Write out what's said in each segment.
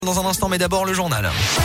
Dans un instant, mais d'abord le journal.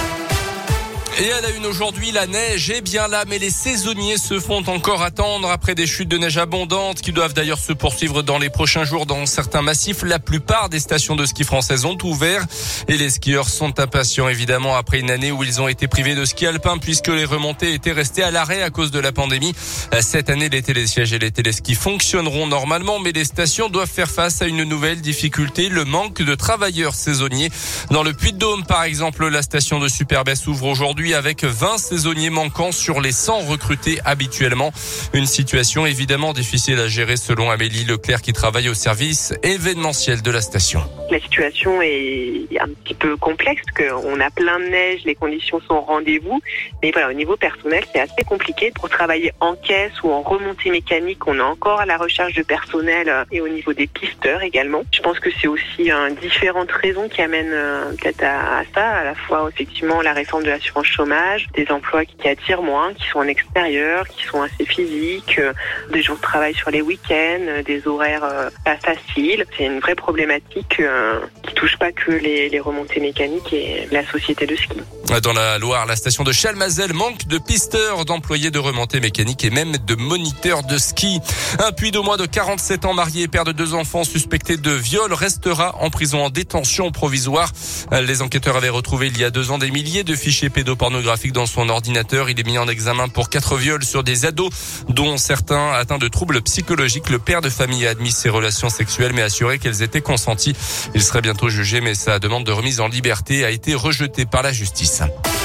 Et à la une aujourd'hui, la neige est bien là, mais les saisonniers se font encore attendre après des chutes de neige abondantes qui doivent d'ailleurs se poursuivre dans les prochains jours dans certains massifs. La plupart des stations de ski françaises ont ouvert et les skieurs sont impatients évidemment après une année où ils ont été privés de ski alpin puisque les remontées étaient restées à l'arrêt à cause de la pandémie. Cette année, les télésièges et les téléskis fonctionneront normalement, mais les stations doivent faire face à une nouvelle difficulté, le manque de travailleurs saisonniers. Dans le Puy-de-Dôme, par exemple, la station de Superbès ouvre aujourd'hui avec 20 saisonniers manquants sur les 100 recrutés habituellement. Une situation évidemment difficile à gérer selon Amélie Leclerc qui travaille au service événementiel de la station. La situation est un petit peu complexe, qu'on a plein de neige, les conditions sont au rendez-vous. Mais voilà, au niveau personnel, c'est assez compliqué. Pour travailler en caisse ou en remontée mécanique, on est encore à la recherche de personnel et au niveau des pisteurs également. Je pense que c'est aussi différentes raisons qui amènent peut-être à ça. À la fois, effectivement, la réforme de l'assurance chômage, des emplois qui attirent moins, qui sont en extérieur, qui sont assez physiques, des jours de travail sur les week-ends, des horaires pas faciles. C'est une vraie problématique qui touche pas que les remontées mécaniques et la société de ski. Dans la Loire, la station de Chalmazel manque de pisteurs, d'employés de remontées mécaniques et même de moniteurs de ski. Un Puy-de-Dôme de 47 ans marié, père de 2 enfants suspecté de viol, restera en prison en détention provisoire. Les enquêteurs avaient retrouvé il y a 2 ans des milliers de fichiers pédopornographiques dans son ordinateur. Il est mis en examen pour 4 viols sur des ados, dont certains atteints de troubles psychologiques. Le père de famille a admis ses relations sexuelles mais assuré qu'elles étaient consenties. Il serait bientôt jugé, mais sa demande de remise en liberté a été rejetée par la justice.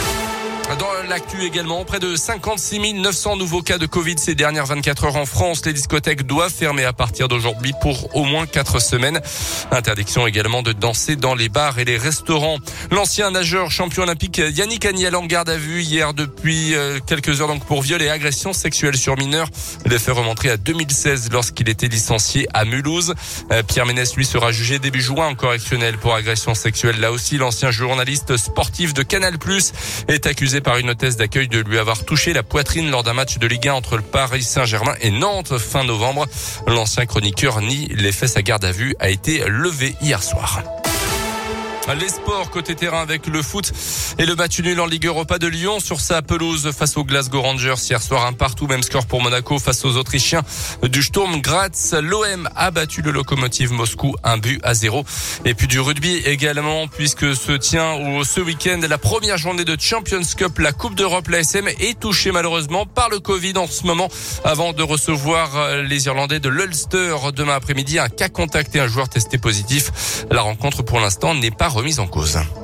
Dans l'actu également, près de 56 900 nouveaux cas de Covid ces dernières 24 heures en France. Les discothèques doivent fermer à partir d'aujourd'hui pour au moins 4 semaines. Interdiction également de danser dans les bars et les restaurants. L'ancien nageur champion olympique Yannick Agnel en garde à vue hier depuis quelques heures donc pour viol et agression sexuelle sur mineurs. Les faits remontaient à 2016 lorsqu'il était licencié à Mulhouse. Pierre Ménès, lui, sera jugé début juin en correctionnel pour agression sexuelle. Là aussi, l'ancien journaliste sportif de Canal+ est accusé par une hôtesse d'accueil de lui avoir touché la poitrine lors d'un match de Ligue 1 entre le Paris Saint-Germain et Nantes fin novembre. L'ancien chroniqueur nie les faits. Sa garde à vue a été levée hier soir. Les sports côté terrain avec le foot et le match nul en Ligue Europa de Lyon sur sa pelouse face aux Glasgow Rangers hier soir, 1-1, même score pour Monaco face aux Autrichiens du Sturm Graz. L'OM a battu le Lokomotiv Moscou 1-0. Et puis du rugby également puisque se tient ce week-end la première journée de Champions Cup, la Coupe d'Europe. L'ASM est touchée malheureusement par le Covid en ce moment avant de recevoir les Irlandais de l'Ulster demain après-midi. Un cas contacté, un joueur testé positif. La rencontre pour l'instant n'est pas remise en cause.